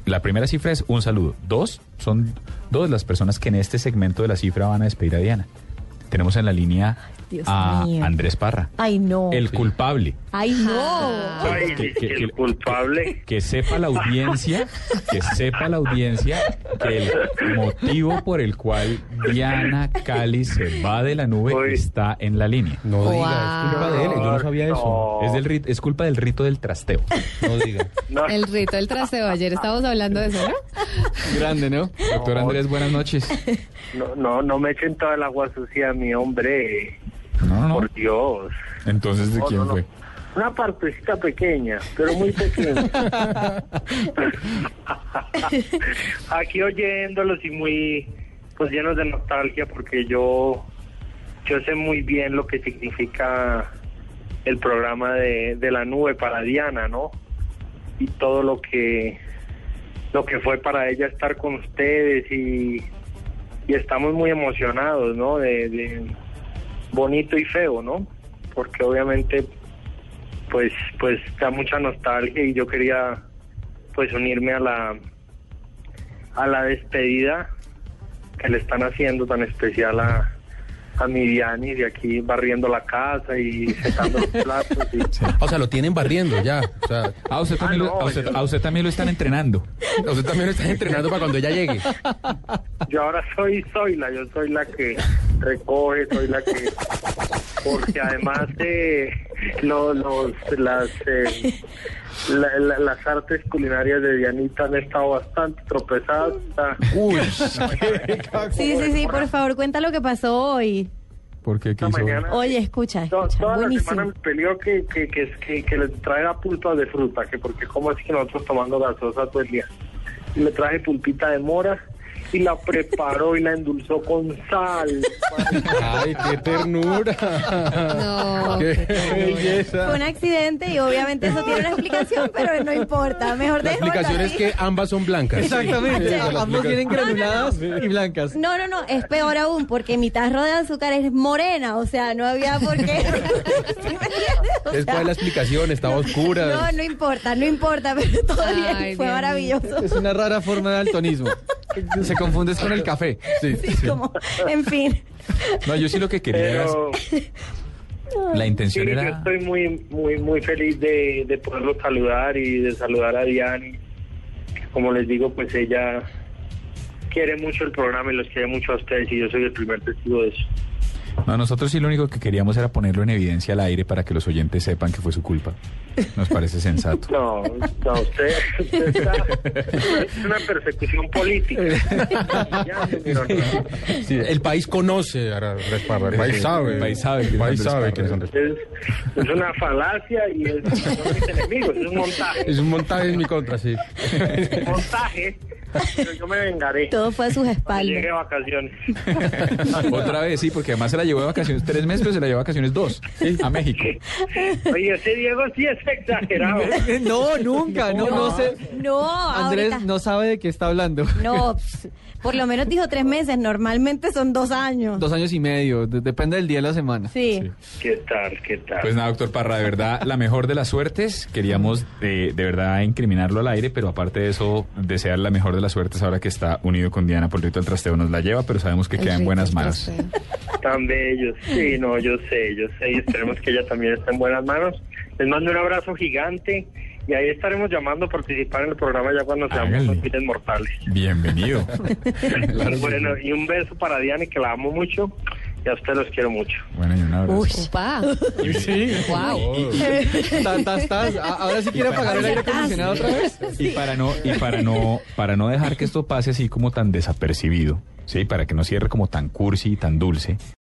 La primera cifra es un saludo. Dos, son dos las personas que en este segmento de la cifra van a despedir a Diana. Tenemos en la línea Dios a mío. Andrés Parra. Ay, no. El culpable. Ay, no. Ay, el culpable. Que sepa la audiencia que el motivo por el cual Diana Cali se va de la nube Uy. está en la línea. No Wow. diga, es culpa de él, yo no sabía eso. Es culpa del rito del trasteo. No diga. No, El rito del trasteo, ayer estábamos hablando de eso, ¿no? Grande, ¿no? Doctor Andrés, buenas noches. no me echen toda el agua sucia a mi hombre. No. Por Dios. Entonces, ¿de No, quién no, no. fue? Una partecita pequeña, pero muy pequeña. Aquí oyéndolos y muy pues llenos de nostalgia porque yo sé muy bien lo que significa el programa de la nube para Diana, ¿no? Y todo lo que fue para ella estar con ustedes y estamos muy emocionados, ¿no? De bonito y feo, ¿no? Porque obviamente pues da mucha nostalgia y yo quería pues unirme a la despedida que le están haciendo tan especial a mi Diani, de aquí barriendo la casa y secando los platos y... O sea, lo tienen barriendo ya. O sea, A usted también, no, a usted también lo están entrenando. usted también lo está entrenando para cuando ella llegue. Yo ahora yo soy la que recoge, soy la que... Porque además las artes culinarias de Dianita han estado bastante tropezadas. Uy, Sí, por favor, cuenta lo que pasó hoy. ¿Por qué? ¿Qué Esta hizo? mañana, Oye, escucha, toda la buenísimo. semana me peleó que les traiga pulpas de fruta, que porque como así que nosotros tomando gaseosa todo el día. Y le traje pulpita de mora y la preparó y la endulzó con sal. ay, qué ternura. No. Qué belleza. Fue un accidente y obviamente eso tiene una explicación, pero no importa. Mejor La dejémoslo explicación es así. que ambas son blancas. Exactamente, Sí, esa es la ambos vienen explicación. granuladas y blancas. No, es peor aún, porque mi tarro de azúcar es morena, o sea, no había por qué. ¿Sí me entiendes? O Es sea, cuál la explicación, estaba oscura. no importa, pero todo bien, Ay, fue Dios maravilloso. Es una rara forma de daltonismo. Se confundes con el café. Sí. Sí, como, en fin. No, yo sí lo que quería era... Pero La sí, intención yo era... estoy muy feliz de poderlos saludar y de saludar a Diani. Como les digo, pues ella quiere mucho el programa y los quiere mucho a ustedes y yo soy el primer testigo de eso. No, nosotros sí lo único que queríamos era ponerlo en evidencia al aire para que los oyentes sepan que fue su culpa. Nos parece sensato. No, usted está... Es una persecución política. Ya, señor. Sí, el país conoce a Andrés Parra, el país sabe. El país sabe quién es El país Andrés sabe Parra. quién es Andrés Parra. Es una falacia y son mis enemigos, es un montaje. Es un montaje en mi contra, sí. Montaje, pero yo me vengaré. Todo fue a sus Cuando llegue espaldas. de vacaciones. Otra vez, sí, porque además se la llevó de vacaciones 3 meses, pero se la llevó de vacaciones 2 a México. Oye, ese Diego sí es exagerado. No, nunca, no sé. No, Andrés ahorita. no sabe de qué está hablando. No, por lo menos dijo 3 meses, normalmente son 2 años. 2 años y medio, depende del día de la semana. Sí. ¿Qué tal? Pues nada, doctor Parra, de verdad, la mejor de las suertes. Queríamos de verdad incriminarlo al aire, pero aparte de eso, desear la mejor de las suertes ahora que está unido con Diana por el rito del trasteo. Nos la lleva, pero sabemos que El queda en rito buenas del manos. trasteo. Tan bellos. Sí, no, yo sé. Y esperemos que ella también esté en buenas manos. Les mando un abrazo gigante y ahí estaremos llamando a participar en el programa ya cuando seamos Hágale. los fines mortales. Bienvenido. Bueno, y un beso para Diana, que la amo mucho, y a ustedes los quiero mucho. Bueno, y un abrazo. Uy. Upa. Sí. Wow. Ahora sí quiere apagar el aire acondicionado otra vez. Y para no dejar que esto pase así como tan desapercibido, sí, para que no cierre como tan cursi y tan dulce,